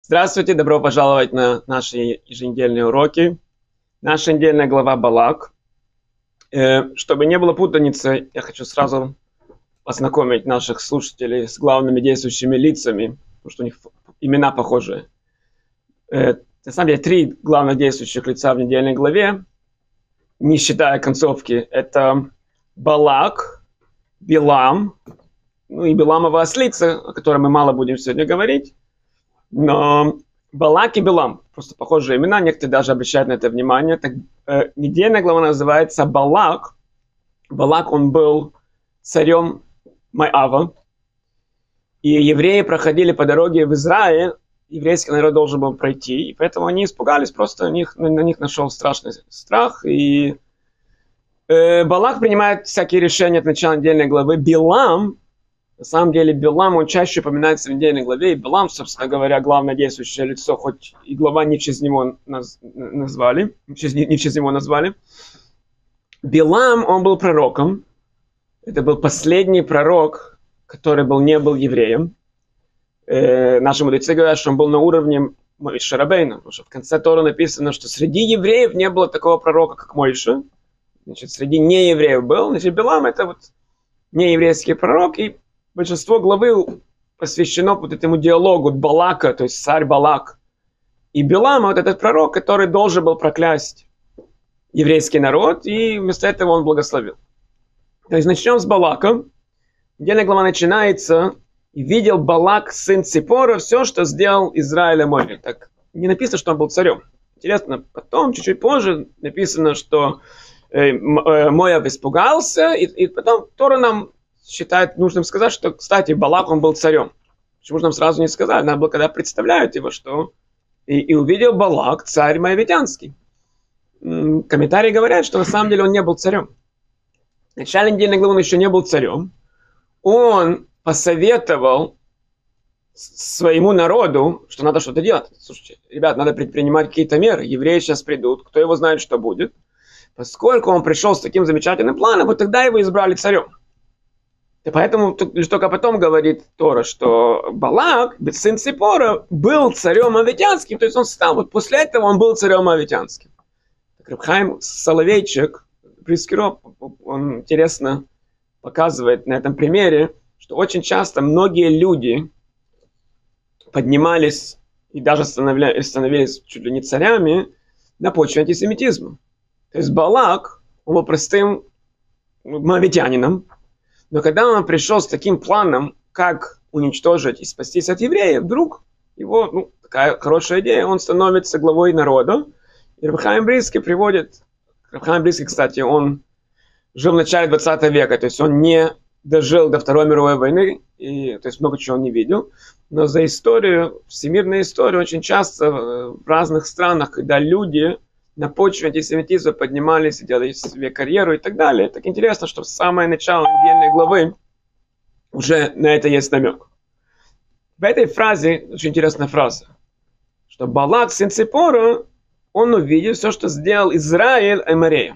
Здравствуйте, добро пожаловать на наши еженедельные уроки. Наша недельная глава Балак. Чтобы не было путаницы, я хочу сразу познакомить наших слушателей с главными действующими лицами, потому что у них имена похожие. На самом деле, 3 главных действующих лица в недельной главе, не считая концовки, это Балак, Билам, и Биламова ослица, о которой мы мало будем сегодня говорить. Но Балак и Билам, просто похожие имена, некоторые даже обращают на это внимание. Так, недельная глава называется Балак. Балак, он был царем Моава. И евреи проходили по дороге в Израиль, еврейский народ должен был пройти, и поэтому они испугались, просто на них нашел страшный страх. И Балак принимает всякие решения от начала недельной главы. Билам, на самом деле, Билам, он чаще упоминается в недельной главе, и Билам, собственно говоря, главное действующее лицо, хоть и глава не через него назвали. Билам, он был пророком. Это был последний пророк, который не был евреем. Наши мудрецы говорят, что он был на уровне Моше Рабейну, потому что в конце Торы написано, что среди евреев не было такого пророка, как Моше. Значит, среди неевреев был. Значит, Билам это вот нееврейский пророк, и большинство главы посвящено вот этому диалогу Балака, то есть царь Балак, и Билама, вот этот пророк, который должен был проклясть еврейский народ, и вместо этого он благословил. То есть начнем с Балака. Недельная глава начинается: «И видел Балак, сын Ципора, все, что сделал Израиль Моаве». Так не написано, что он был царем. Интересно, потом, чуть-чуть позже, написано, что Моав испугался, и потом Тора нам считает нужным сказать, что, кстати, Балак, он был царем. Почему же нам сразу не сказали? Надо было, когда представляют его, что и увидел Балак, царь моавитянский. Комментарии говорят, что на самом деле он не был царем. В начале недельной главы он еще не был царем. Он посоветовал своему народу, что надо что-то делать. Слушайте, ребят, надо предпринимать какие-то меры. Евреи сейчас придут, кто его знает, что будет. Поскольку он пришел с таким замечательным планом, вот тогда его избрали царем. И поэтому лишь только потом говорит Тора, что Балак, сын Ципора, был царем моавитянским, то есть он стал. Вот после этого он был царем моавитянским. Рав Хаим Соловейчик, Брискиро, он интересно показывает на этом примере, что очень часто многие люди поднимались и даже становились чуть ли не царями на почве антисемитизма. То есть Балак, он был простым моавитянином, но когда он пришел с таким планом, как уничтожить и спастись от евреев, вдруг его, такая хорошая идея, он становится главой народа. И Рав Хаим Бриский приводит, Рав Хаим Бриский, кстати, он жил в начале 20 века, то есть он не дожил до Второй мировой войны, то есть много чего он не видел, но за историю, всемирную историю, очень часто в разных странах, когда люди на почве антисемитизма поднимались и делали себе карьеру и так далее. Так интересно, что в самое начало недельной главы уже на это есть намек. В этой фразе, очень интересная фраза, что Балак, сын Ципора, он увидел все, что сделал Израиль Эморея.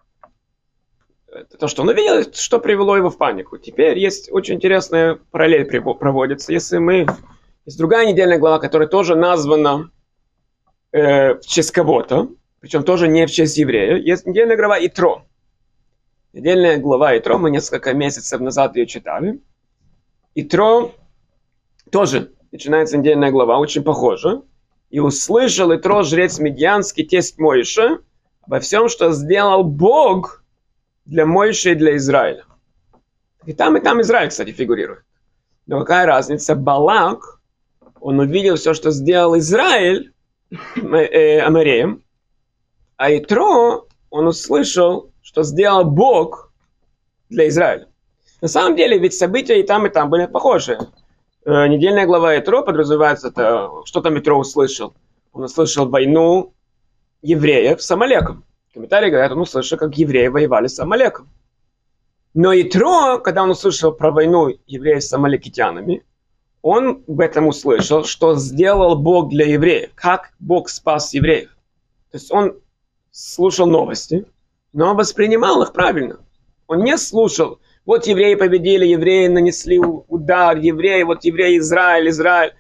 То, что он увидел, что привело его в панику. Теперь есть очень интересная параллель проводится. Есть другая недельная глава, которая тоже названа в честь кого-то, причем тоже не в честь еврея. Есть недельная глава Итро. Недельная глава Итро, мы несколько месяцев назад ее читали. Итро тоже начинается недельная глава, очень похожа. «И услышал Итро, жрец Медьянский, тесть Моше, обо всем, что сделал Бог для Моше и для Израиля». И там Израиль, кстати, фигурирует. Но какая разница? Балак, он увидел все, что сделал Израиль Амореем, а Итро, он услышал, что сделал Бог для Израиля. На самом деле, ведь события и там были похожи. Недельная глава Итро подразумевается, что там Итро услышал. Он услышал войну евреев с Амалеком. Комментарии говорят, он услышал, как евреи воевали с Амалеком. Но Итро, когда он услышал про войну евреев с амалекитянами, он в этом услышал, что сделал Бог для евреев, как Бог спас евреев. То есть он слушал новости, но он воспринимал их правильно. Он не слушал, вот евреи победили, евреи нанесли удар, евреи, вот евреи Израиль.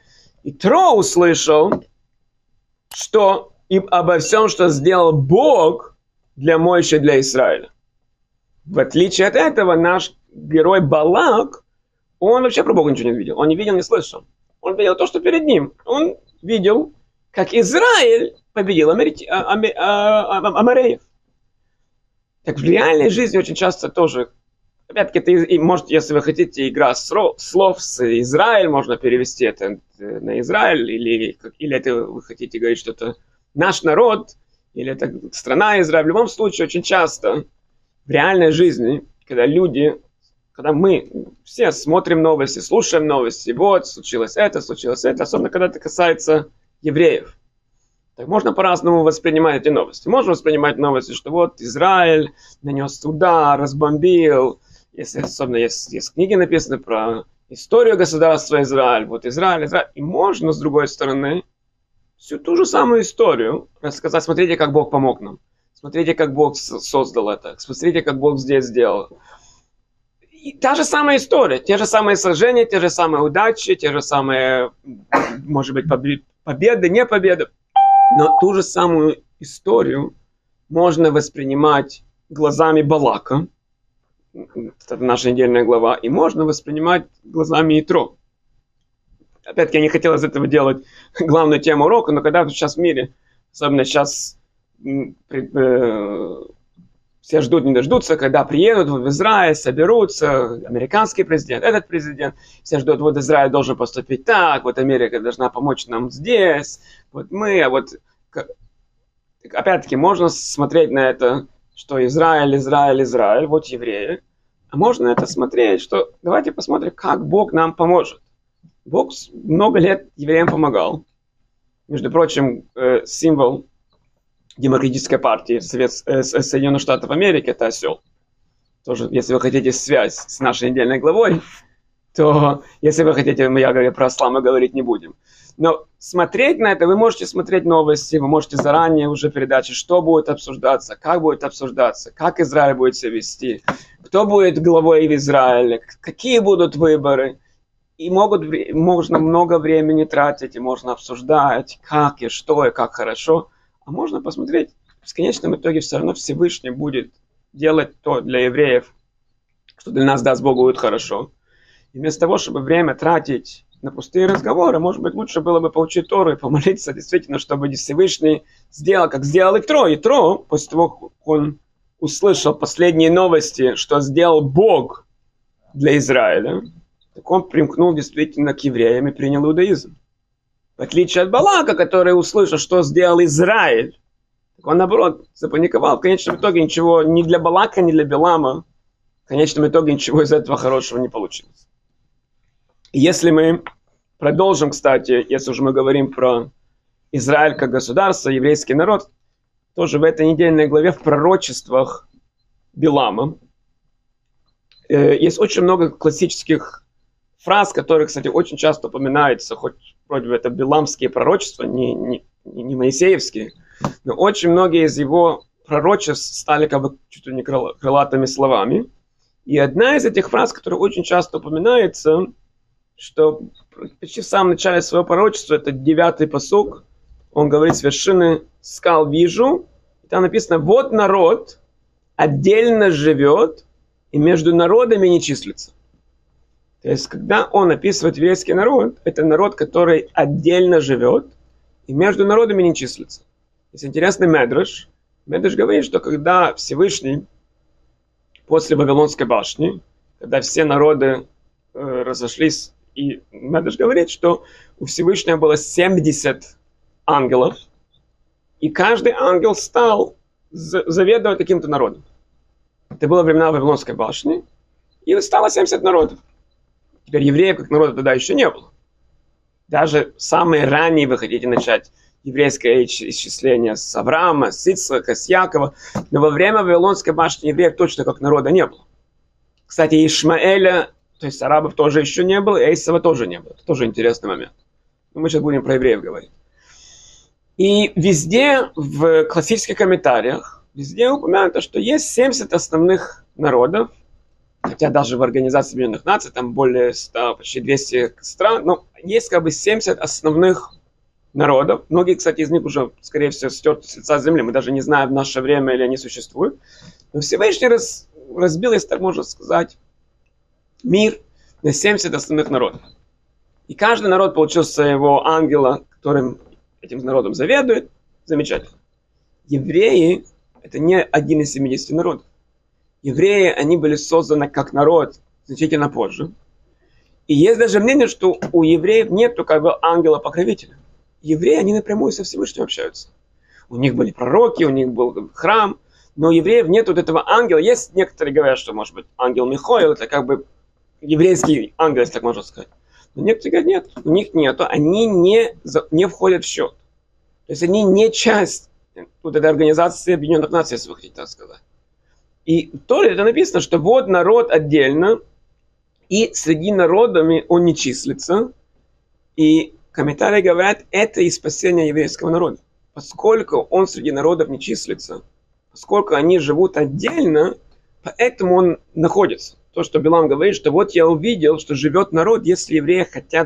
Итро услышал, что и обо всем, что сделал Бог для Мойши, для Израиля. В отличие от этого, наш герой Балак, он вообще про Бога ничего не видел. Он не видел, не слышал. Он видел то, что перед ним. Он видел, как Израиль победил Амореев. Так в реальной жизни очень часто тоже, опять-таки, это, может, если вы хотите, игра слов с Израиль, можно перевести это на Израиль, или это вы хотите говорить, что это наш народ, или это страна Израиль. В любом случае, очень часто в реальной жизни, когда мы все смотрим новости, слушаем новости, вот, случилось это, особенно когда это касается евреев. Так можно по-разному воспринимать эти новости. Можно воспринимать новости, что вот Израиль нанес удар, разбомбил. Особенно есть книги написаны про историю государства Израиль. Вот Израиль. И можно, с другой стороны, всю ту же самую историю рассказать. Смотрите, как Бог помог нам. Смотрите, как Бог создал это. Смотрите, как Бог здесь сделал. И та же самая история. Те же самые сражения, те же самые удачи, те же самые, может быть, победы, не победы. Но ту же самую историю можно воспринимать глазами Балака, это наша недельная глава, и можно воспринимать глазами Итро. Опять-таки, я не хотел из этого делать главную тему урока, но когда сейчас в мире, особенно сейчас все ждут, не дождутся, когда приедут в Израиль, соберутся, американский президент, этот президент, все ждут, вот Израиль должен поступить так, вот Америка должна помочь нам здесь, вот мы, а вот... Опять-таки, можно смотреть на это, что Израиль, вот евреи, а можно это смотреть, что давайте посмотрим, как Бог нам поможет. Бог много лет евреям помогал. Между прочим, символ Демократической партии Соединенных Штатов Америки – это осел. Тоже, если вы хотите связь с нашей недельной главой, то, если вы хотите, я говорю про осла, мы говорить не будем. Но смотреть на это, вы можете смотреть новости, вы можете заранее уже передачи, что будет обсуждаться, как Израиль будет себя вести, кто будет главой в Израиле, какие будут выборы. И можно много времени тратить, и можно обсуждать, как и что, и как хорошо. А можно посмотреть, в конечном итоге все равно Всевышний будет делать то для евреев, что для нас, даст Богу, будет хорошо. И вместо того, чтобы время тратить на пустые разговоры, может быть, лучше было бы поучить Тору и помолиться, действительно, чтобы Всевышний сделал, как сделал Итро. Итро, после того, как он услышал последние новости, что сделал Бог для Израиля, так он примкнул действительно к евреям и принял иудаизм. В отличие от Балака, который услышал, что сделал Израиль, так он, наоборот, запаниковал. В конечном итоге ничего ни для Балака, ни для Билама, в конечном итоге ничего из этого хорошего не получилось. И если мы продолжим, кстати, если уже мы говорим про Израиль как государство, еврейский народ, тоже в этой недельной главе в пророчествах Билама есть очень много классических фраз, которые, кстати, очень часто упоминаются, хоть вроде бы это биламские пророчества, не моисеевские, но очень многие из его пророчеств стали как бы чуть ли не крылатыми словами. И одна из этих фраз, которая очень часто упоминается, что почти в самом начале своего пророчества, это 9-й пасук, он говорит: с вершины скал вижу, и там написано: вот народ отдельно живет и между народами не числится. То есть, когда он описывает еврейский народ, это народ, который отдельно живет и между народами не числится. Есть интересный Медраш. Медраш говорит, что когда Всевышний после Вавилонской башни, когда все народы разошлись, и Медраш говорит, что у Всевышнего было 70 ангелов, и каждый ангел стал заведовать каким-то народом. Это было времена Вавилонской башни, и стало 70 народов. Теперь евреев как народа тогда еще не было. Даже самые ранние вы хотите начать еврейское исчисление с Авраама, с Ицхака, с Якова. Но во время Вавилонской башни евреев точно как народа не было. Кстати, Ишмаэля, то есть арабов, тоже еще не было, и Эйсава тоже не было. Это тоже интересный момент. Но мы сейчас будем про евреев говорить. И везде в классических комментариях, везде упомянуто, что есть 70 основных народов, хотя даже в Организации Объединенных Наций там более 100, почти 200 стран, но есть как бы 70 основных народов. Многие, кстати, из них уже, скорее всего, стерты с лица земли. Мы даже не знаем в наше время, или они существуют. Но Всевышний разбил, если так можно сказать, мир на 70 основных народов. И каждый народ получил своего ангела, которым этим народом заведует. Замечательно. Евреи – это не один из 70 народов. Евреи, они были созданы как народ значительно позже. И есть даже мнение, что у евреев нет как бы ангела-покровителя. Евреи, они напрямую со Всевышним общаются. У них были пророки, у них был храм, но у евреев нет вот этого ангела. Есть некоторые говорят, что может быть ангел Михаил, это как бы еврейский ангел, если так можно сказать. Но некоторые говорят, нет, у них нету, они не входят в счет. То есть они не часть вот этой Организации Объединенных Наций, если вы хотите так сказать. И в Торе это написано, что вот народ отдельно, и среди народами он не числится. И комментарии говорят, это и спасение еврейского народа. Поскольку он среди народов не числится, поскольку они живут отдельно, поэтому он находится. То, что Билам говорит, что вот я увидел, что живет народ, если евреи хотят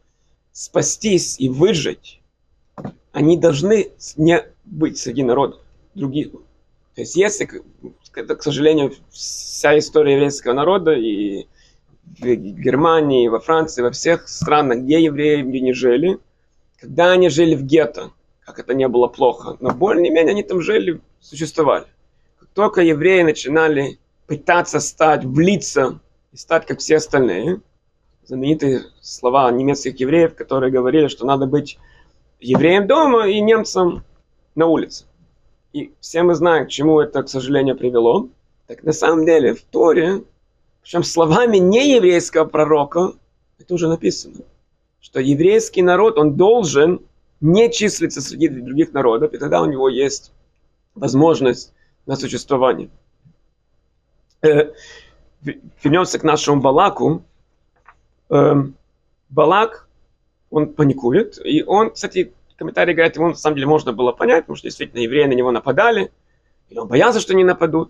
спастись и выжить, они должны не быть среди народов других. То есть если, к сожалению, вся история еврейского народа и в Германии, во Франции, во всех странах, где евреи не жили, когда они жили в гетто, как это не было плохо, но более-менее они там жили, существовали. Как только евреи начинали пытаться влиться и стать как все остальные, знаменитые слова немецких евреев, которые говорили, что надо быть евреем дома и немцем на улице. И все мы знаем, к чему это, к сожалению, привело. Так на самом деле в Торе, причем словами нееврейского пророка, это уже написано, что еврейский народ, он должен не числиться среди других народов, и тогда у него есть возможность на существование. Вернемся к нашему Балаку. Балак, он паникует, и он, кстати, комментарии говорят, его на самом деле можно было понять, потому что действительно евреи на него нападали, и он боялся, что они нападут.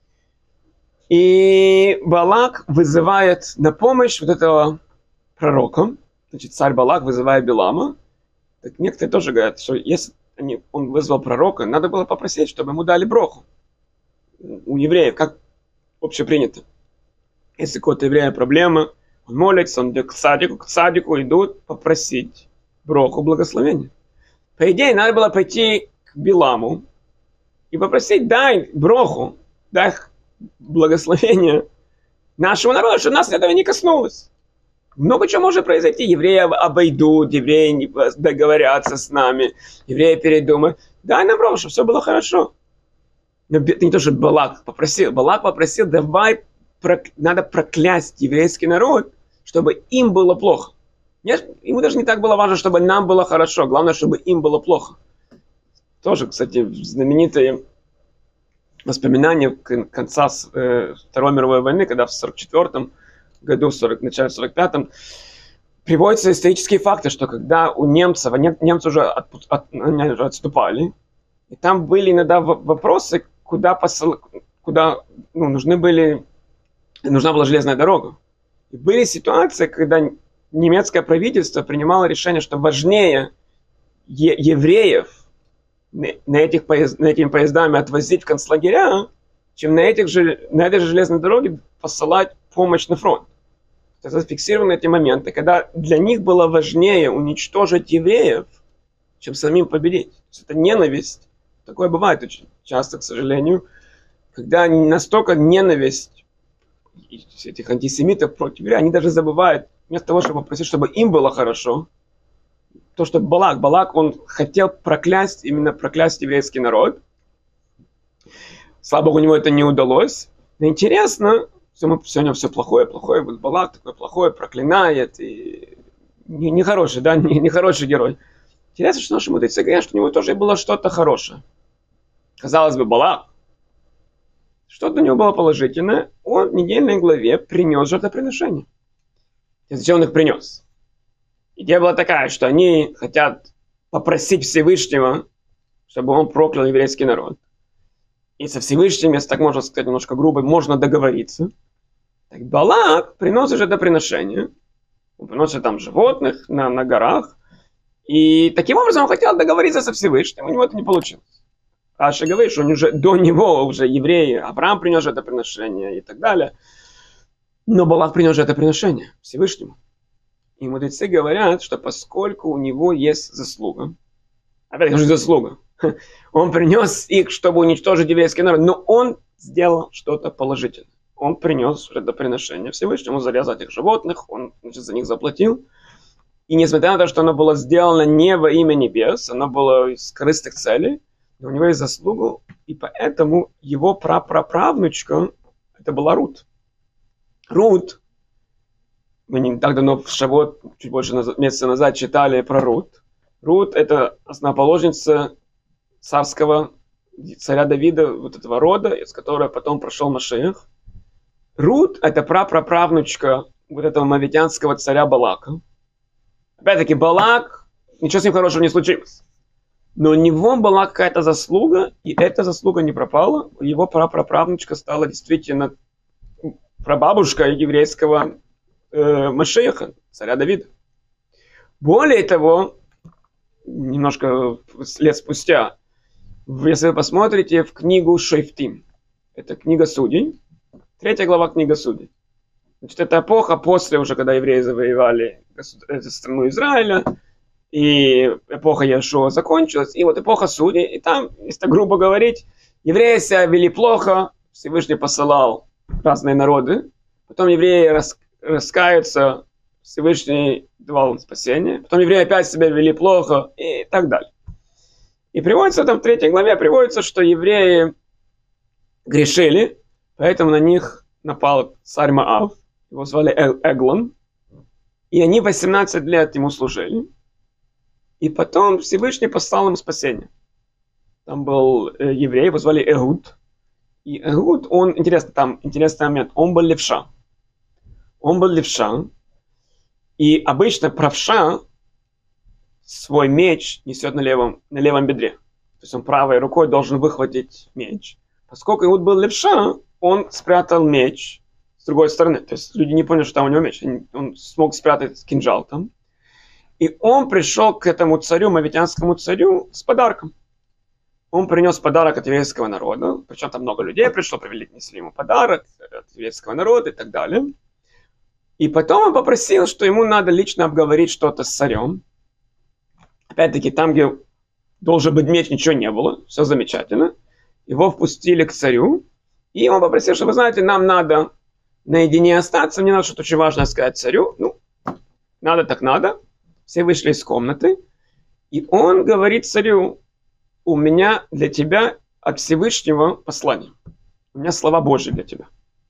И Балак вызывает на помощь вот этого пророка, значит, царь Балак вызывает Билама. Так некоторые тоже говорят, что если он вызвал пророка, надо было попросить, чтобы ему дали броху. У евреев, как общепринято. Если у какого-то еврея проблема, он молится, он идет к садику идут попросить броху, благословения. По идее, надо было пойти к Биламу и попросить, дай броху, дай благословение нашему народу, чтобы нас этого не коснулось. Много чего может произойти. Евреи обойдут, евреи не договорятся с нами, евреи передумают. Дай нам броху, чтобы все было хорошо. Но это не то, что Балак попросил. Балак попросил, давай, надо проклясть еврейский народ, чтобы им было плохо. Нет, ему даже не так было важно, чтобы нам было хорошо. Главное, чтобы им было плохо. Тоже, кстати, знаменитые воспоминания конца Второй мировой войны, когда в 1944 году, в начале 1945, приводятся исторические факты, что когда у немцев, немцы уже отступали, и там были иногда вопросы, куда нужна была железная дорога. И были ситуации, когда немецкое правительство принимало решение, что важнее евреев этими поездами отвозить в концлагеря, чем на этой же железной дороге посылать помощь на фронт. Это зафиксированы эти моменты, когда для них было важнее уничтожить евреев, чем самим победить. То есть это ненависть. Такое бывает очень часто, к сожалению, когда настолько ненависть этих антисемитов против евреев, они даже забывают, вместо того, чтобы попросить, чтобы им было хорошо, то, что Балак, он хотел проклясть еврейский народ. Слава Богу, у него это не удалось. Но интересно, сегодня все плохое, вот Балак такой плохой, проклинает, и нехороший, да, нехороший герой. Интересно, что наши мудрецы говорят, что у него тоже было что-то хорошее. Казалось бы, Балак. Что-то у него было положительное. Он в недельной главе принес жертвоприношение. И зачем он их принес? Идея была такая, что они хотят попросить Всевышнего, чтобы он проклял еврейский народ. И со Всевышним, если так можно сказать немножко грубо, можно договориться. Так Балак приносит жертвоприношение. Он приносит там животных на горах. И таким образом он хотел договориться со Всевышним, у него это не получилось. Раша говорит, что он уже, до него уже евреи, Авраам принес жертвоприношение и так далее. Но Балак принес жертвоприношение Всевышнему. И мудрецы говорят, что поскольку у него есть заслуга, опять же заслуга, он принес их, чтобы уничтожить еврейский народ, но он сделал что-то положительное. Он принес жертвоприношение Всевышнему, зарезал этих животных, он, значит, за них заплатил. И несмотря на то, что оно было сделано не во имя небес, оно было из корыстных целей, но у него есть заслуга, и поэтому его прапраправнучка, это была Рут. Рут, мы не так давно в Шавот, чуть больше месяца назад читали про Рут. Рут – это основоположница царского царя Давида, вот этого рода, из которого потом прошел Машиах. Рут – это прапраправнучка вот этого мавитянского царя Балака. Опять-таки, Балак, ничего с ним хорошего не случилось. Но у него была какая-то заслуга, и эта заслуга не пропала. Его прапраправнучка стала действительно прабабушкой еврейского Машиаха, царя Давида. Более того, немножко лет спустя, если вы посмотрите в книгу Шофтим, это книга Судей, 3 глава книга Судей. Значит, это эпоха после уже, когда евреи завоевали страну Израиля, и эпоха Иешуа закончилась, и вот эпоха Судей, и там, если грубо говорить, евреи себя вели плохо, Всевышний посылал разные народы, потом евреи раскаются, Всевышний давал им спасение, потом евреи опять себя вели плохо, и так далее. И приводится там в 3 главе, приводится, что евреи грешили, поэтому на них напал царь Моав, его звали Эглон, и они 18 лет ему служили. И потом Всевышний послал им спасение. Там был еврей, его звали Эгуд. И Эгуд, он, интересный момент, он был левша. Он был левша. И обычно правша свой меч несет на левом бедре. То есть он правой рукой должен выхватить меч. Поскольку Эгуд был левша, он спрятал меч с другой стороны. То есть люди не поняли, что там у него меч. Он смог спрятать кинжал там. И он пришел к этому царю, мавитянскому царю, с подарком. Он принес подарок от еврейского народа. Причем там много людей пришло, принесли ему подарок от еврейского народа и так далее. И потом он попросил, что ему надо лично обговорить что-то с царем. Опять-таки, там, где должен быть меч, ничего не было. Все замечательно. Его впустили к царю. И он попросил, что, вы знаете, нам надо наедине остаться. Мне надо что-то очень важное сказать царю. Ну, надо так надо. Все вышли из комнаты. И он говорит царю: у меня для тебя от Всевышнего послание. У меня слова Божьи для тебя.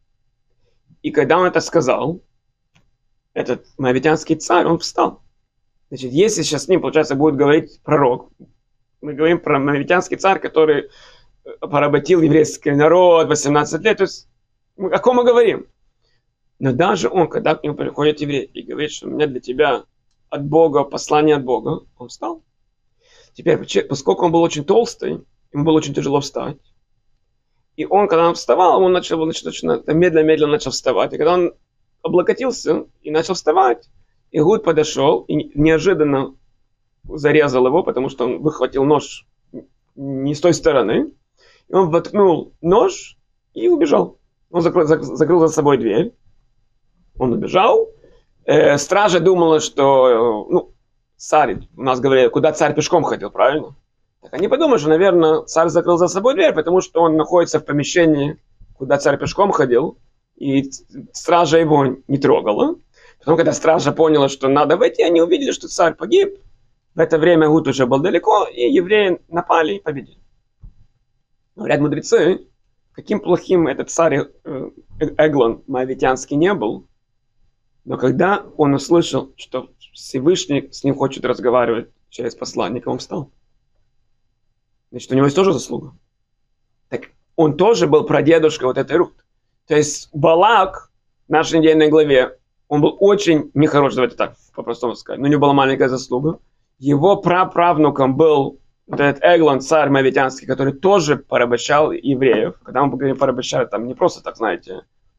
И когда он это сказал, этот моавитянский царь, он встал. Значит, если сейчас с ним, получается, будет говорить пророк, мы говорим про моавитянский царь, который поработил еврейский народ 18 лет, то есть о ком мы говорим? Но даже он, когда к нему приходит еврей и говорит, что у меня для тебя от Бога, послание от Бога, он встал. Теперь, поскольку он был очень толстый, ему было очень тяжело встать. И он, когда он вставал, он начал медленно начал вставать. И когда он облокотился и начал вставать, Игуд подошел и неожиданно зарезал его, потому что он выхватил нож не с той стороны. И он воткнул нож и убежал. Он закрыл за собой дверь. Он убежал. Стража думала, что, царь, у нас говорили, куда царь пешком ходил, правильно? Так они подумали, что, наверное, царь закрыл за собой дверь, потому что он находится в помещении, куда царь пешком ходил, и стража его не трогала. Потом, когда стража поняла, что надо войти, они увидели, что царь погиб. В это время Игуд уже был далеко, и евреи напали и победили. Говорят мудрецы, каким плохим этот царь Эглон моавитянский не был, но когда он услышал, что Всевышний с ним хочет разговаривать через посланника, он встал. Значит, у него есть тоже заслуга. Так он тоже был прадедушка вот этой Рут. То есть Балак в нашей недельной главе, он был очень нехороший, давайте так по-простому сказать, но у него была маленькая заслуга. Его праправнуком был вот этот Эглон, царь моавитянский, который тоже порабощал евреев. Когда мы говорим порабощать, там не просто так, знаете,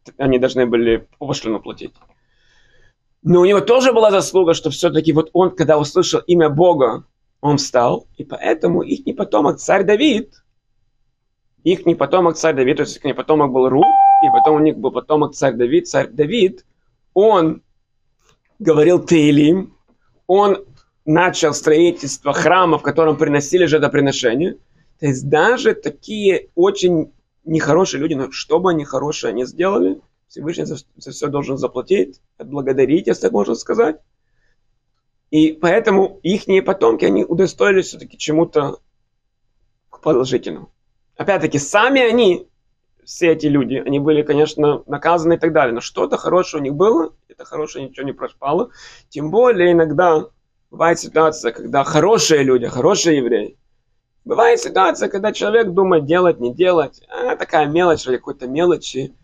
они должны были пошлину платить. Но у него тоже была заслуга, что все-таки вот он, когда услышал имя Бога, он встал, и поэтому их потомок царь Давид, то есть их потомок был Рут, и потом у них был потомок царь Давид, он говорил Теилим, он начал строительство храма, в котором приносили жертвоприношения. То есть даже такие очень нехорошие люди, но что бы они хорошее не сделали, Всевышний за все должен заплатить, отблагодарить, если так можно сказать. И поэтому их потомки, они удостоились все-таки чему-то положительному. Опять-таки, сами они, все эти люди, они были, конечно, наказаны и так далее, но что-то хорошее у них было, это хорошее ничего не пропало. Тем более иногда бывает ситуация, когда хорошие люди, хорошие евреи, бывает ситуация, когда человек думает делать, не делать, такая мелочь, какой-то мелочи,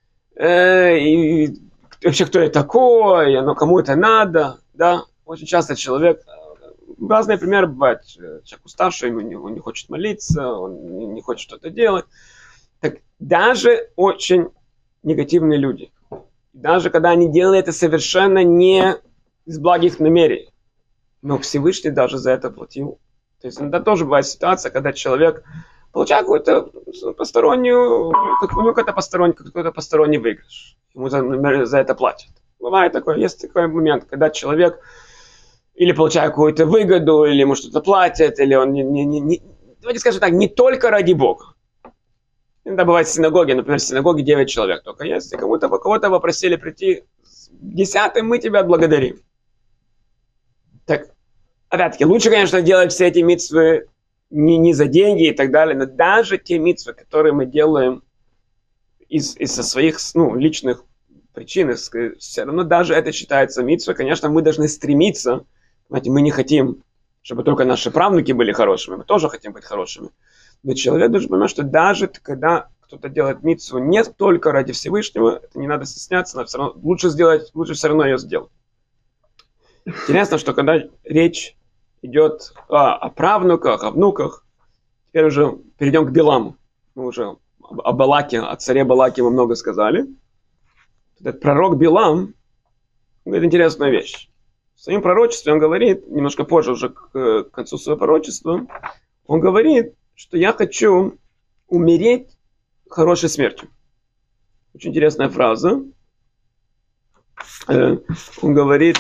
и вообще кто я такой, оно кому это надо, да. Очень часто человек, разные примеры бывают, человек уставший, он не хочет молиться, он не хочет что-то делать. Так даже очень негативные люди, даже когда они делают это совершенно не из благих намерений, но Всевышний даже за это платил. То есть иногда тоже бывает ситуация, когда человек получает какую-то постороннюю, у него какой-то посторонний выигрыш. Ему за это платят. Бывает такое, есть такой момент, когда человек или получает какую-то выгоду, или ему что-то платят, или он давайте скажем так, не только ради Бога. Иногда бывает в синагоге, например, в синагоге 9 человек только есть, и кого-то попросили прийти, 10-м мы тебя отблагодарим. Так, опять-таки, лучше, конечно, делать все эти мицвы не за деньги и так далее, но даже те мицвы, которые мы делаем из-за своих личных причин, все равно даже это считается мицвой. Конечно, мы должны стремиться, понимаете, мы не хотим, чтобы только наши правнуки были хорошими, мы тоже хотим быть хорошими. Но человек должен понимать, что даже когда кто-то делает мицву не только ради Всевышнего, это не надо стесняться, но все равно лучше все равно ее сделать. Интересно, что когда речь идет о правнуках, о внуках, теперь уже перейдем к Биламу. Мы уже о Балаке, о царе Балаке мы много сказали. Этот пророк Билам говорит интересную вещь. В своем пророчестве он говорит, немножко позже уже к концу своего пророчества, он говорит, что я хочу умереть хорошей смертью. Очень интересная фраза. Он говорит,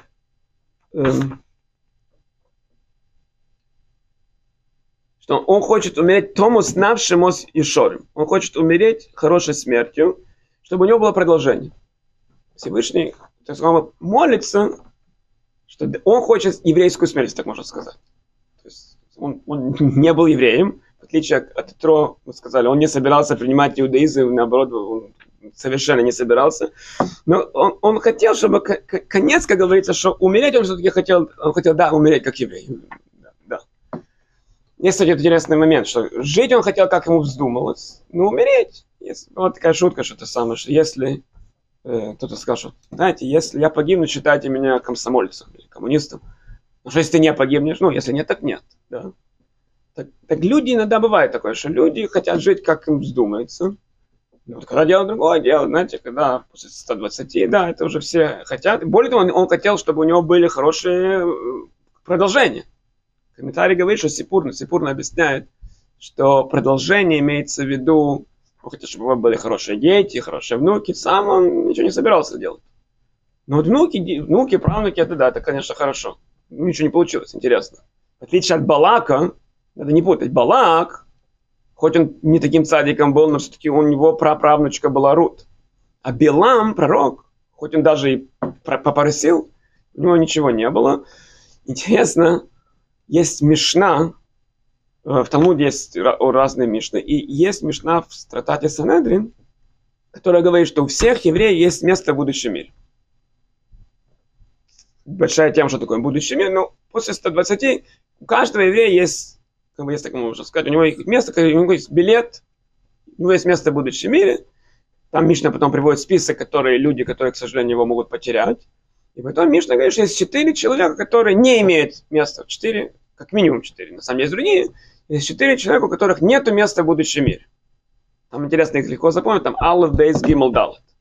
что он хочет умереть томус навшимос ишорим. Он хочет умереть хорошей смертью, чтобы у него было продолжение. Всевышний, так сказать, молится, что он хочет еврейскую смерть, так можно сказать. То есть он не был евреем, в отличие от Итро, мы сказали, он не собирался принимать иудаизм, наоборот, он совершенно не собирался. Но он хотел, чтобы конец, как говорится, что умереть он все-таки хотел, да, умереть как еврей. Да. Есть, кстати, интересный момент, что жить он хотел, как ему вздумалось, но умереть. Была такая шутка, что это самое, что если кто-то сказал, что, знаете, если я погибну, считайте меня комсомольцем или коммунистом. Но что если ты не погибнешь? Если нет, так нет. Да? Так люди иногда бывает такое, что люди хотят жить, как им вздумается. Но когда делают другое дело, знаете, когда после 120, да, это уже все хотят. Более того, он хотел, чтобы у него были хорошие продолжения. Комментарий говорит, что Сипурно объясняет, что продолжение имеется в виду, он хотел, чтобы у него были хорошие дети, хорошие внуки. Сам он ничего не собирался делать. Но вот внуки, правнуки, это конечно, хорошо. Ничего не получилось, интересно. В отличие от Балака, надо не путать, Балак, хоть он не таким цадиком был, но все-таки у него праправнучка была Рут. А Билам, пророк, хоть он даже и попоросил, у него ничего не было. Интересно, есть Мишна, в Талмуде есть разные Мишны, и есть Мишна в трактате Санедрин, которая говорит, что у всех евреев есть место в будущем мире. Большая тема, что такое будущий мир, но после 120 у каждого еврея есть, так можно сказать, у него есть место, у него есть билет, у него есть место в будущем мире. Там Мишна потом приводит список, люди, которые, к сожалению, его могут потерять. И потом Мишна говорит, что есть 4 человека, которые не имеют места. 4, как минимум 4. На самом деле есть другие. Есть 4 человека, у которых нет места в будущем мире. Там интересно, их легко запомнить. Там Алеф, Бейс, Гимел, Далет.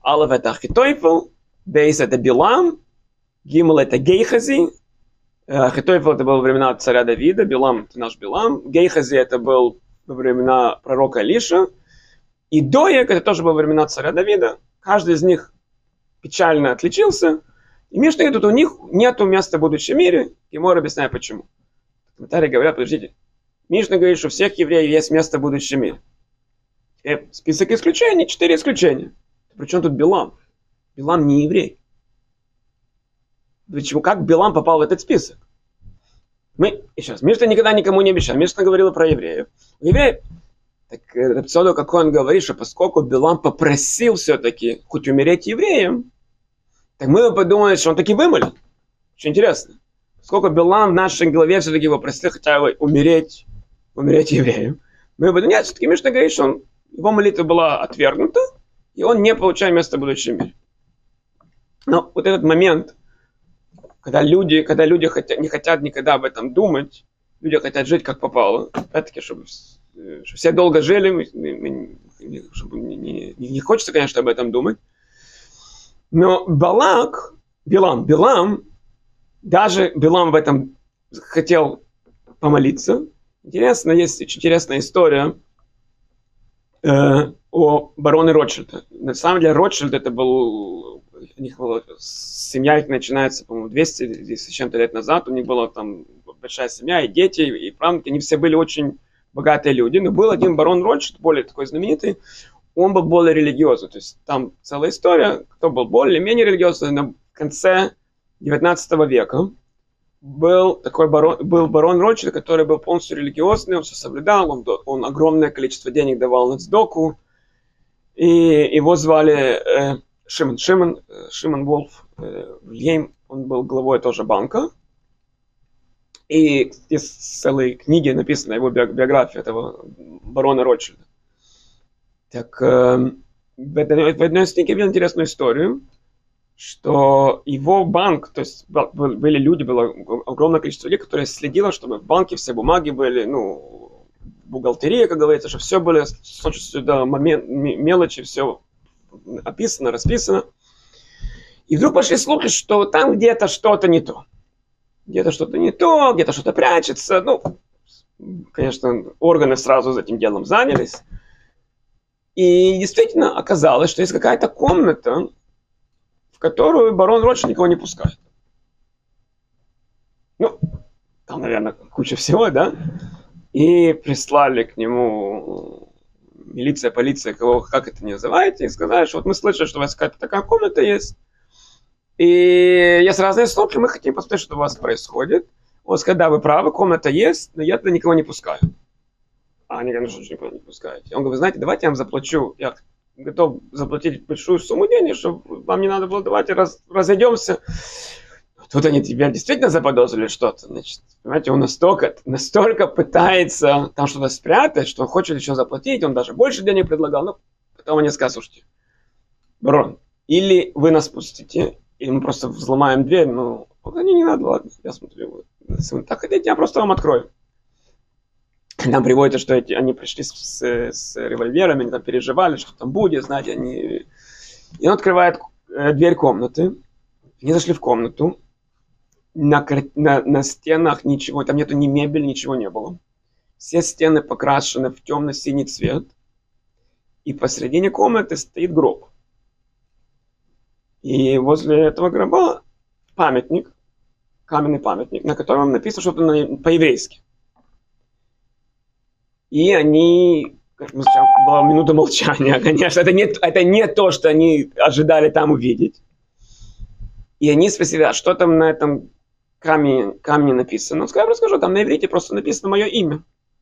Алеф это Ахитофел, Бейс это Билам, Гимл это Гейхази. Ахитофел это было во времена царя Давида, Билам это наш Билам, Гейхази это был во времена пророка Илиша, и Доек это тоже было во времена царя Давида. Каждый из них печально отличился. И Мишна говорит, у них нету места в будущем мире. Гемор объясняет почему. Комментарии говорят, подождите, Мишна говорит, что у всех евреев есть место в будущем мире. Список исключений, 4 исключения. Причем тут Билам? Билам не еврей. Почему? Как Билам попал в этот список? Мишна никогда никому не обещал. Мишна говорила про евреев. Евреи, так Рабцодок, как он говорит, что поскольку Билам попросил все-таки хоть умереть евреем, так мы подумали, что он таки вымолил. Очень интересно. Поскольку Билам в нашей голове все-таки попросил хотя бы умереть евреем, мы подумали, нет, все-таки Мишна говорит, что его молитва была отвергнута, и он не получает место в будущем мире. Но вот этот момент, когда люди не хотят никогда об этом думать, люди хотят жить как попало, опять-таки, чтобы все долго жили, чтобы не хочется, конечно, об этом думать. Но Билам, даже Билам в этом хотел помолиться. Интересно, есть очень интересная история о бароне Ротшильде. На самом деле Ротшильд это был, у них была семья, их начинается, по-моему, 200 с чем-то лет назад. У них была там большая семья, и дети, и правнуки. Они все были очень богатые люди. Но был один барон Ротшильд, более такой знаменитый. Он был более религиозный. То есть там целая история, кто был более-менее религиозный. Но в конце 19 века был барон Ротшильд, который был полностью религиозный, он все соблюдал, он огромное количество денег давал на цдоку. И его звали Шимон Волф Вильгельм, он был главой тоже банка. И есть целые книги, написана его биография этого барона Ротшильда. Так в одной из книг я видел интересную историю, что его банк, то есть были люди, было огромное количество людей, которые следило, чтобы в банке все бумаги были, бухгалтерия, как говорится, что все было с точностью до мелочи, все описано, расписано. И вдруг пошли слухи, что там где-то что-то не то. Где-то что-то не то, где-то что-то прячется. Конечно, органы сразу за этим делом занялись. И действительно оказалось, что есть какая-то комната, в которую барон Ротшильд никого не пускает. Там, наверное, куча всего, да? И прислали к нему милиция, полиция, как это называете, и сказали, что вот мы слышали, что у вас какая-то такая комната есть. И есть разные слухи, мы хотим посмотреть, что у вас происходит. Он сказал, да, вы правы, комната есть, но я туда никого не пускаю. А они говорят, что никого не пускаете. Он говорит, вы знаете, давайте я вам заплачу, я готов заплатить большую сумму денег, чтобы вам не надо было, давайте разойдемся. Тут они тебя действительно заподозрили что-то. Значит, понимаете, он настолько пытается там что-то спрятать, что он хочет еще заплатить, он даже больше денег предлагал. Но потом они сказали, слушайте, барон, или вы нас пустите, или мы просто взломаем дверь, не надо, ладно, я смотрю, если вы так хотите, я просто вам открою. Нам приводится, что они пришли с револьверами, они там переживали, что там будет, знаете, И он открывает дверь комнаты, они зашли в комнату, на стенах ничего, там нету ни мебели, ничего не было. Все стены покрашены в темно-синий цвет, и посредине комнаты стоит гроб. И возле этого гроба памятник, каменный памятник, на котором написано что-то по-еврейски. И они, была минута молчания, конечно, это не то, что они ожидали там увидеть. И они спросили, а что там на этом камне написано? Он сказал, я расскажу, там на иврите просто написано мое имя.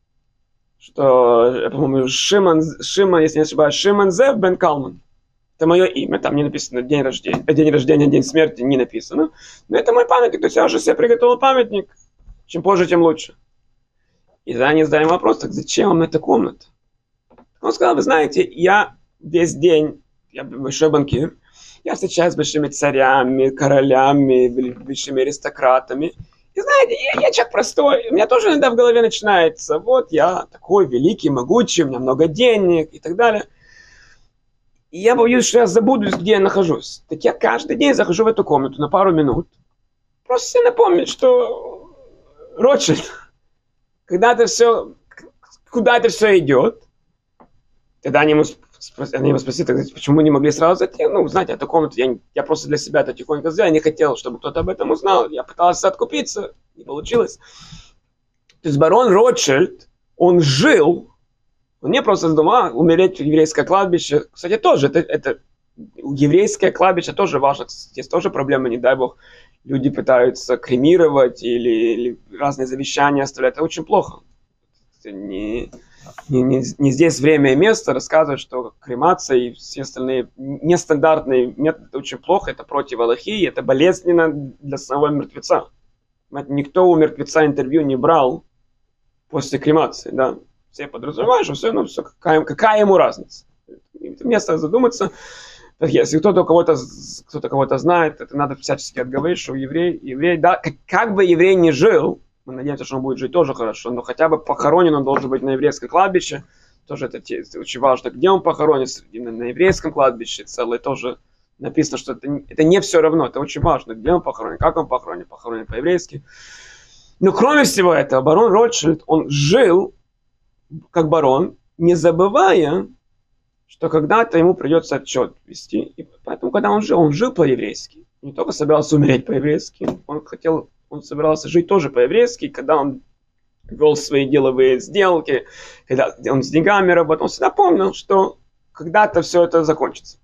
Что, по-моему, Шимон, если не ошибаюсь, Шимон Зев бен Калман. Это мое имя, там не написано день рождения, день смерти не написано. Но это мой памятник, то есть я уже себе приготовил памятник. Чем позже, тем лучше. И тогда они задали вопрос, так зачем вам эта комната? Он сказал, вы знаете, я весь день, я большой банкир, я встречаюсь с большими царями, королями, большими аристократами. И знаете, я человек простой, у меня тоже иногда в голове начинается, вот я такой великий, могучий, у меня много денег и так далее. И я боюсь, что я забуду, где я нахожусь. Так я каждый день захожу в эту комнату на пару минут. Просто себе напомнить, что Ротшильд, куда это все идет. Тогда они его спросили, почему не могли сразу зайти. Ну, знаете, эту комнату я просто для себя это тихонько сделал. Я не хотел, чтобы кто-то об этом узнал. Я пытался откупиться, не получилось. То есть барон Ротшильд, он жил, он не просто думал, умереть в еврейское кладбище. Кстати, тоже, это еврейское кладбище тоже важно. Здесь тоже проблема, не дай бог. Люди пытаются кремировать или разные завещания оставлять. Это очень плохо. Не здесь время и место рассказывать, что кремация и все остальные нестандартные методы это очень плохо. Это против Аллахи, это болезненно для самого мертвеца. Никто у мертвеца интервью не брал после кремации. Да? Все подразумевают, что все, ну, все какая ему разница. Это место задуматься. Если кто-то кого-то знает, это надо всячески отговорить, что еврей, да, как бы еврей не жил, мы надеемся, что он будет жить тоже хорошо, но хотя бы похоронен он должен быть на еврейском кладбище. Тоже это очень важно, где он похоронен, на еврейском кладбище целое тоже написано, что это не все равно, это очень важно, где он похоронен, как он похоронен по-еврейски. Но кроме всего этого, барон Ротшильд, он жил как барон, не забывая, что когда-то ему придется отчет вести. И поэтому, когда он жил по-еврейски. Не только собирался умереть по-еврейски, он собирался жить тоже по-еврейски. Когда он вел свои деловые сделки, когда он с деньгами работал, он всегда помнил, что когда-то все это закончится.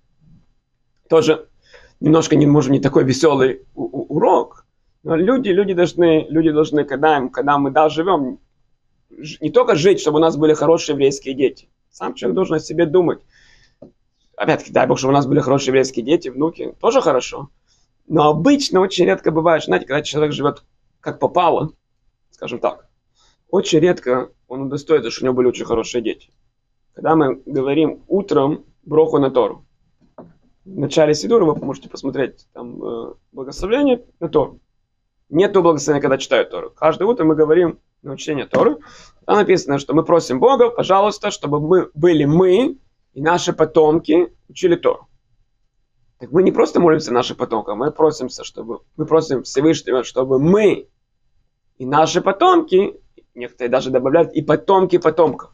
Тоже немножко, может, не такой веселый урок, но люди должны, когда мы живем, не только жить, чтобы у нас были хорошие еврейские дети. Сам человек должен о себе думать. Опять-таки, дай бог, чтобы у нас были хорошие еврейские дети, внуки, тоже хорошо. Но обычно очень редко бывает, знаете, когда человек живет как попало, скажем так, очень редко он удостоится, что у него были очень хорошие дети. Когда мы говорим утром броху на Тору, в начале Сидура вы можете посмотреть там благословение на Тору. Нету благословения, когда читают Тору. Каждое утро мы говорим на учение Торы. Там написано, что мы просим Бога, пожалуйста, чтобы мы и наши потомки учили Тору. Так мы не просто молимся нашим потомкам, мы просим Всевышнего, чтобы мы и наши потомки, некоторые даже добавляют, и потомки потомков,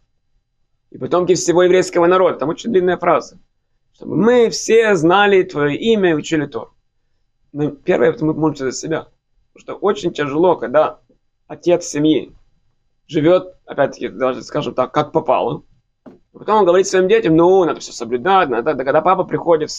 и потомки всего еврейского народа. Там очень длинная фраза. Чтобы мы все знали Твое имя и учили Тору. Но первое, мы молимся за себя. Потому что очень тяжело, когда отец семьи живет, опять-таки, даже скажем так, как попало. Потом он говорит своим детям, надо все соблюдать, когда папа приходит,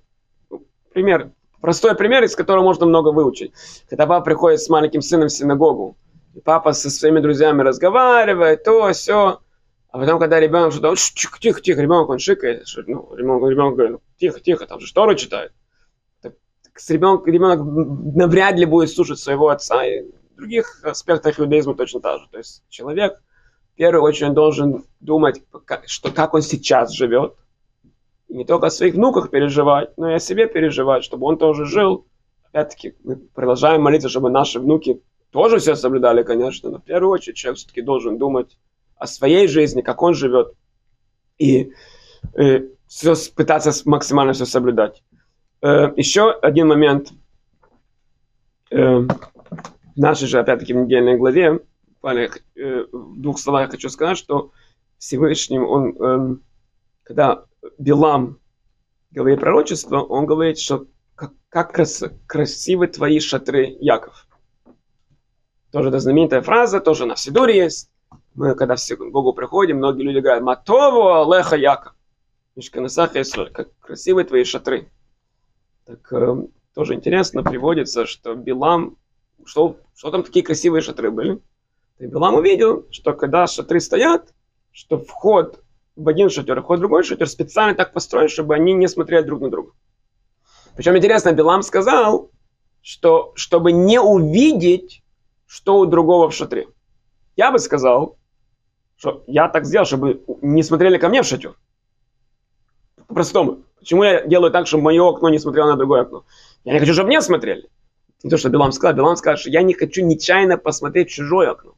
простой пример, из которого можно много выучить. Когда папа приходит с маленьким сыном в синагогу, и папа со своими друзьями разговаривает, то, все. А потом, когда ребенок что-то, тихо, ребенок, он шикает, ребенок говорит, тихо, там же Тору читает. Ребенок навряд ли будет слушать своего отца, и в других аспектах иудаизма точно так же. То есть человек, в первую очередь, должен думать, как он сейчас живет. И не только о своих внуках переживать, но и о себе переживать, чтобы он тоже жил. Опять-таки, мы продолжаем молиться, чтобы наши внуки тоже все соблюдали, конечно. Но в первую очередь человек все-таки должен думать о своей жизни, как он живет. И пытаться максимально все соблюдать. Еще один момент. В нашей же, опять-таки, в недельной главе, в двух словах я хочу сказать, что Всевышний, он, когда Билам говорит пророчество, он говорит, что как красивы твои шатры, Яков. Тоже это знаменитая фраза, тоже на Сидуре есть. Мы, когда все к Богу приходим, многие люди говорят, Матову Алеха Яков. Мишканасаха Исраэль, как красивые твои шатры. Так тоже интересно приводится, что Билам, что там такие красивые шатры были. И Билам увидел, что когда шатры стоят, что вход в один шатер, вход в другой шатер специально так построен, чтобы они не смотрели друг на друга. Причем интересно, Билам сказал, что чтобы не увидеть, что у другого в шатре. Я бы сказал, что я так сделал, чтобы не смотрели ко мне в шатер. По-простому. Почему я делаю так, чтобы мое окно не смотрело на другое окно? Я не хочу, чтобы мне смотрели. Не то, что Билам сказал. Билам сказал, что я не хочу нечаянно посмотреть в чужое окно.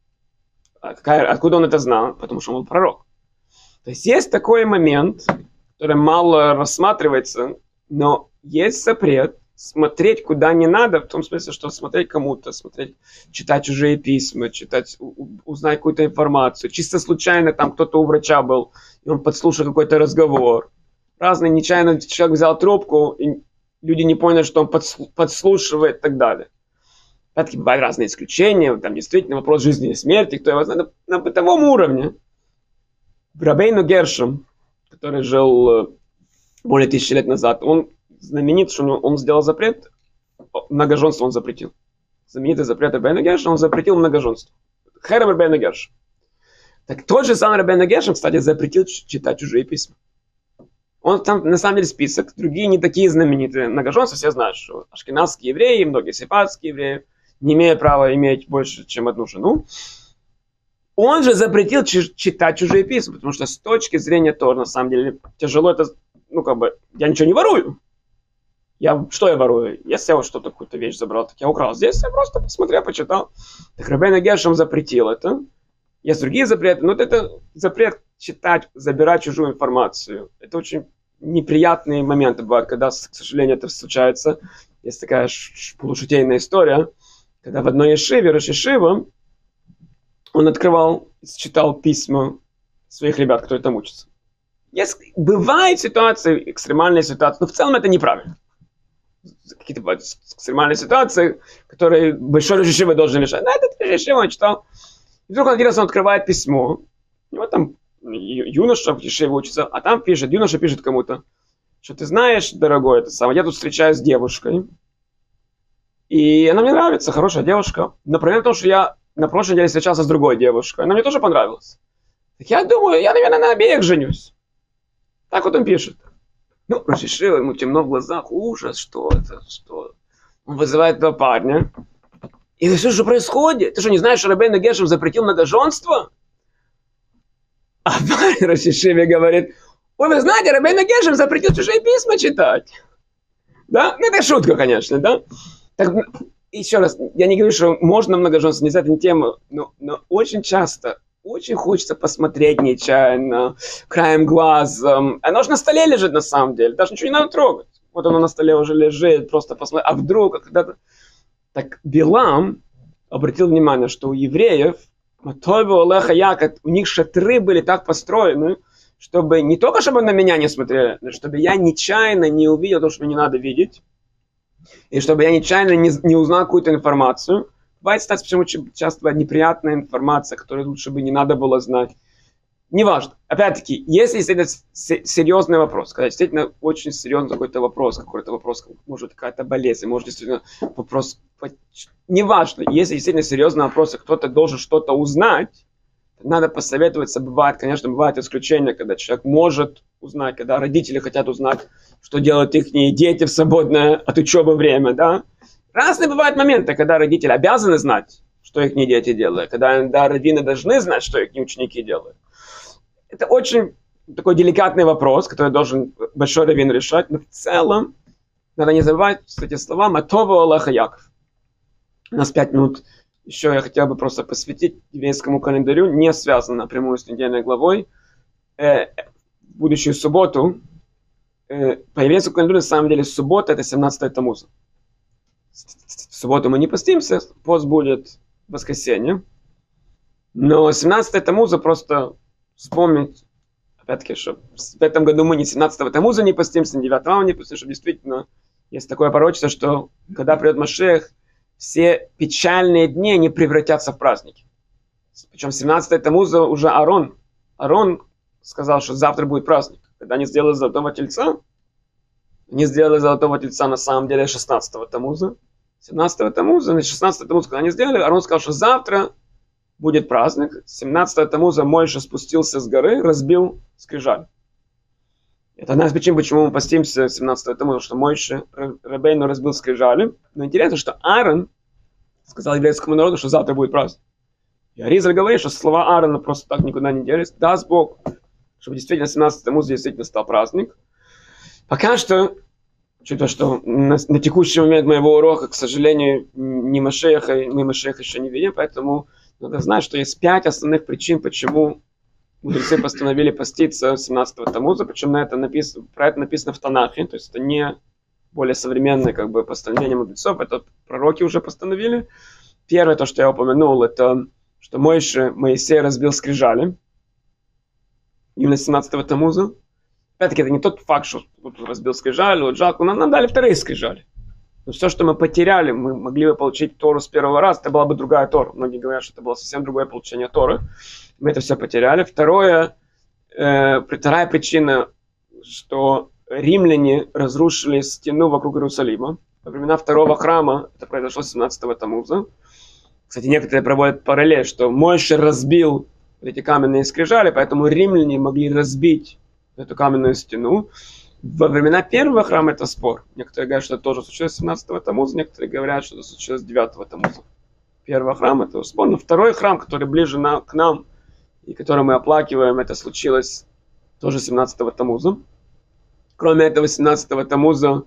Откуда он это знал? Потому что он был пророк. То есть есть такой момент, которое мало рассматривается, но есть запрет смотреть куда не надо, в том смысле, что смотреть кому-то, читать чужие письма, узнать какую-то информацию. Чисто случайно там кто-то у врача был, и он подслушал какой-то разговор. Разные, нечаянно человек взял трубку, и люди не поняли, что он подслушивает и так далее. Опять-таки бывают разные исключения, там действительно вопрос жизни и смерти, кто его знает. На бытовом уровне Рабейну Гершом, который жил более 1000 лет назад, он знаменит, что он сделал запрет, многоженство он запретил. Знаменитый запрет Рабейну Гершом, он запретил многоженство. Херем Рабейну Гершом. Так тот же самый Рабейну Гершом, кстати, запретил читать чужие письма. Он там, на самом деле, список, другие не такие знаменитые многоженства, все знают, что ашкеназские евреи, многие сефардские евреи не имеют права иметь больше, чем одну жену. Он же запретил читать чужие письма, потому что с точки зрения Тора, на самом деле, тяжело это, я ничего не ворую. Что я ворую? Если я вот что-то, какую-то вещь забрал, так я украл. Здесь я просто посмотрел, почитал. Так Рабейну Гершом запретил это. Есть другие запреты, но это запрет читать, забирать чужую информацию. Это очень неприятные моменты бывают, когда, к сожалению, это случается. Есть такая полушутейная история, когда в одной ешиве, Рош Ешива, он открывал, читал письма своих ребят, которые там учатся. Бывают ситуации, экстремальные ситуации, но в целом это неправильно. Какие-то бывают экстремальные ситуации, которые большой Рош Ешива должен решать. Да, этот Рош Ешива он читал. И вдруг он открывает письмо, и вот там юноша в Ешиве учится, а там юноша пишет кому-то, что ты знаешь, дорогой, я тут встречаюсь с девушкой, и она мне нравится, хорошая девушка, но проблема в том, что я на прошлой неделе встречался с другой девушкой, она мне тоже понравилась. Так я думаю, я, наверное, на обеих женюсь. Так вот он пишет. Рош Ешива, ему темно в глазах, ужас, что это, что? Он вызывает этого парня. И говорит, что же происходит? Ты что, не знаешь, что Рабейну Гершом запретил многоженство? А парень Рош Ешиве говорит, ой, вы знаете, Рабейну Гершом запретил чужие письма читать. Да? Это шутка, конечно, да? Так, еще раз, я не говорю, что можно многоженство, нельзя, это не тема, но очень часто, очень хочется посмотреть нечаянно, краем глаза. Оно же на столе лежит на самом деле, даже ничего не надо трогать. Вот оно на столе уже лежит, просто посмотреть. А вдруг, когда-то... Так Билам обратил внимание, что у евреев, у них шатры были так построены, чтобы не только чтобы на меня не смотрели, но чтобы я нечаянно не увидел то, что мне не надо видеть, и чтобы я нечаянно не узнал какую-то информацию. Бывает, кстати, почему часто бывает неприятная информация, которую лучше бы не надо было знать. Неважно. Опять-таки, если действительно серьезный вопрос, когда действительно очень серьезный какой-то вопрос, может какая-то болезнь, может действительно вопрос, неважно, если действительно серьезный вопрос, и кто-то должен что-то узнать, надо посоветоваться. Конечно, бывают исключения, когда человек может узнать, когда родители хотят узнать, что делают их дети в свободное от учебы время, да. Разные бывают моменты, когда родители обязаны знать, что их дети делают, когда раввины должны знать, что их ученики делают. Это очень такой деликатный вопрос, который должен большой раввин решать, но в целом надо не забывать эти слова «Матова Аллаха Яков». У нас 5 минут еще я хотел бы просто посвятить еврейскому календарю, не связано напрямую с недельной главой. В будущую субботу, по еврейскому календарю, на самом деле, суббота – это 17 Тамуза. В субботу мы не постимся, пост будет в воскресенье. Но 17 Тамуза просто... вспомнить, опять-таки, что в этом году мы не 17-го Тамуза не постимся, не 9-го не постимся, что действительно есть такое пророчество, что когда придет Машиах, все печальные дни не превратятся в праздники. Причем 17-й Тамуза уже Аарон сказал, что завтра будет праздник. Когда они сделали золотого тельца, на самом деле 16-го Тамуза. 17-го Тамуза, 16-го Тамуза, когда они сделали, Аарон сказал, что завтра будет праздник. 17-го Тамуза Мойша спустился с горы, разбил скрижаль. Это одна из причин, почему мы постимся 17-го Тамуза, что Мойша Рабейну разбил скрижали. Но интересно, что Аарон сказал еврейскому народу, что завтра будет праздник. И Аризаль говорит, что слова Аарона просто так никуда не делись. Даст Бог, чтобы действительно 17-го Тамуза действительно стал праздник. Пока что, учитывая, что на текущий момент моего урока, к сожалению, мы Машиаха еще не видим, поэтому надо знать, что есть 5 основных причин, почему мудрецы постановили поститься 17-го Тамуза, причем про это написано в Танахе, то есть это не более современное как бы постановление мудрецов, это пророки уже постановили. Первое, то, что я упомянул, это что Моисей разбил скрижали именно 17-го Тамуза. Опять-таки, это не тот факт, что разбил скрижали, вот жалко, нам дали вторые скрижали. Но все, что мы потеряли, мы могли бы получить Тору с первого раза, это была бы другая Тора. Многие говорят, что это было совсем другое получение Торы. Мы это все потеряли. Вторая причина, что римляне разрушили стену вокруг Иерусалима. Во времена второго храма, это произошло 17-го Тамуза. Кстати, некоторые проводят параллель, что Моше разбил эти каменные скрижали, поэтому римляне могли разбить эту каменную стену. Во времена первого храма это спор. Некоторые говорят, что это тоже случилось 17-го Тамуза, некоторые говорят, что это случилось 9-го Тамуза. Первый храм это спор, но второй храм, который ближе к нам и который мы оплакиваем, это случилось тоже 17-го Тамуза. Кроме этого 17-го Тамуза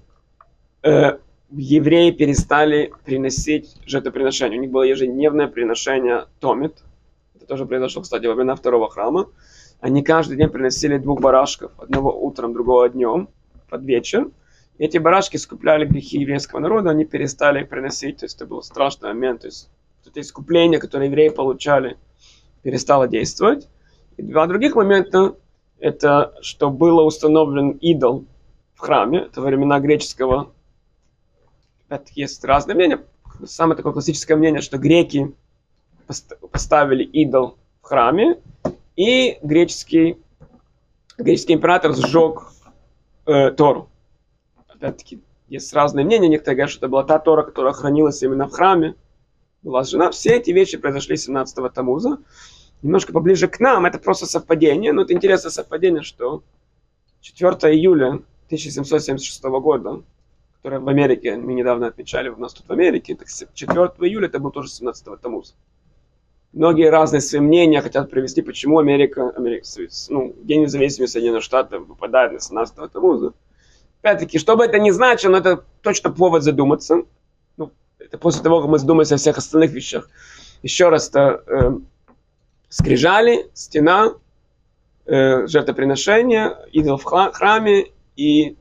евреи перестали приносить жертвоприношения. У них было ежедневное приношение томит. Это тоже произошло, кстати, во времена второго храма. Они каждый день приносили 2 барашков. Одного утром, другого днем, под вечер. И эти барашки искупляли грехи еврейского народа. Они перестали их приносить. То есть это был страшный момент. То есть это искупление, которое евреи получали, перестало действовать. И 2 других момента. Это что было установлен идол в храме. Это во времена греческого. Опять-таки есть разные мнения. Самое такое классическое мнение, что греки поставили идол в храме, и греческий император сжег Тору. Опять-таки есть разные мнения. Некоторые говорят, что это была та Тора, которая хранилась именно в храме, была сжжена. Все эти вещи произошли 17-го Тамуза. Немножко поближе к нам, это просто совпадение, но это интересное совпадение, что 4 июля 1776 года, которое в Америке, мы недавно отмечали, у нас тут в Америке, так 4 июля это был тоже 17-го Тамуза. Многие разные свои мнения хотят привести, почему Америка День независимости Соединенных Штатов выпадает на 17-го Тамуза. Опять-таки, что бы это ни значило, но это точно повод задуматься. Это после того, как мы задумаемся о всех остальных вещах. Еще раз, это скрижали, стена, жертвоприношение, идол в храме и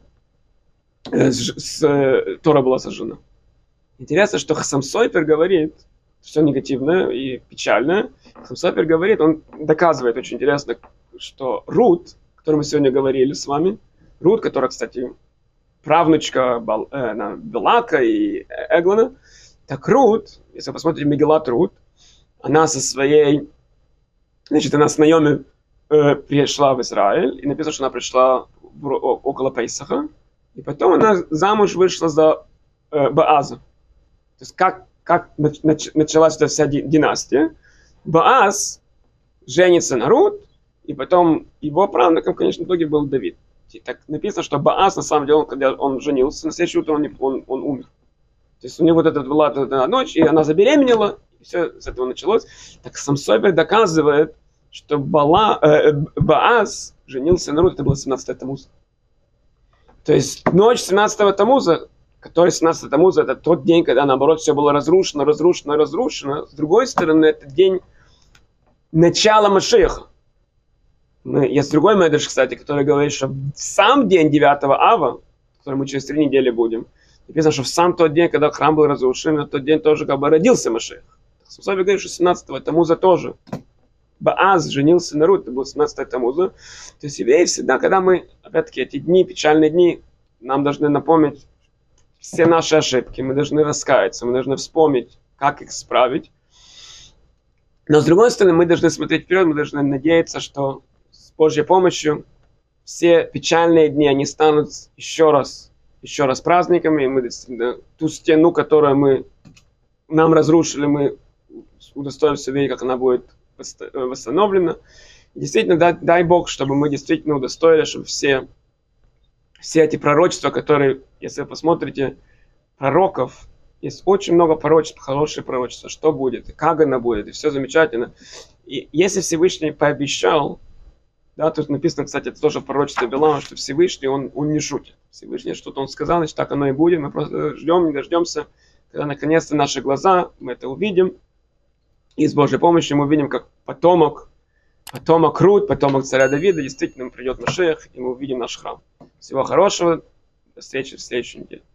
Тора была сожжена. Интересно, что Хасам Сойфер говорит, все негативное и печальное. Хасам Сойфер говорит, он доказывает очень интересно, что Рут, о которой мы сегодня говорили с вами, Рут, которая, кстати, правнучка Белака и Эглона, так Рут, если вы посмотрите Мегилат Рут, она со своей, она с Наоми пришла в Израиль, и написано, что она пришла около Пейсаха, и потом она замуж вышла за Боаза. То есть как началась эта вся династия. Боаз женится на Рут, и потом его правнуком, конечно, в итоге был Давид. И так написано, что Боаз, на самом деле, когда он женился, на следующее утро он умер. То есть у него вот эта была эта ночь, и она забеременела, и все с этого началось. Так сам Сойбер доказывает, что Боаз женился на Рут, это было 17-й Тамуз. То есть ночь 17-го Тамуза, который 17-й Тамуза, это тот день, когда наоборот все было разрушено. С другой стороны, это день начала Машиаха. Есть другой медреш, кстати, который говорит, что в сам день 9-го Ава, который мы через 3 недели будем, написано, что в сам тот день, когда храм был разрушен, в тот день тоже как бы родился Машиах. Самсови говорит, что 17-го Тамуза тоже. Боаз женился на Рут, это был 17-й Тамуза. То есть евреи всегда, когда мы, опять-таки, эти дни, печальные дни, нам должны напомнить все наши ошибки, мы должны раскаяться, мы должны вспомнить, как их исправить. Но с другой стороны, мы должны смотреть вперед, мы должны надеяться, что с Божьей помощью все печальные дни, они станут еще раз праздниками, и мы действительно ту стену, которую нам разрушили, мы удостоимся видеть, как она будет восстановлена. И действительно, дай Бог, чтобы мы действительно удостоили, чтобы все эти пророчества, которые, если вы посмотрите пророков, есть очень много пророчеств, хорошие пророчества, что будет, и как оно будет, и все замечательно. И если Всевышний пообещал, да, тут написано, кстати, это тоже в пророчестве Билама, что Всевышний, он не шутит. Всевышний что-то он сказал, значит, так оно и будет. Мы просто ждем, не дождемся, когда наконец-то наши глаза, мы это увидим. И с Божьей помощью мы увидим, как потомок потомок Рут, потомок царя Давида, действительно придет Машиах, и мы увидим наш храм. Всего хорошего, до встречи в следующей неделе.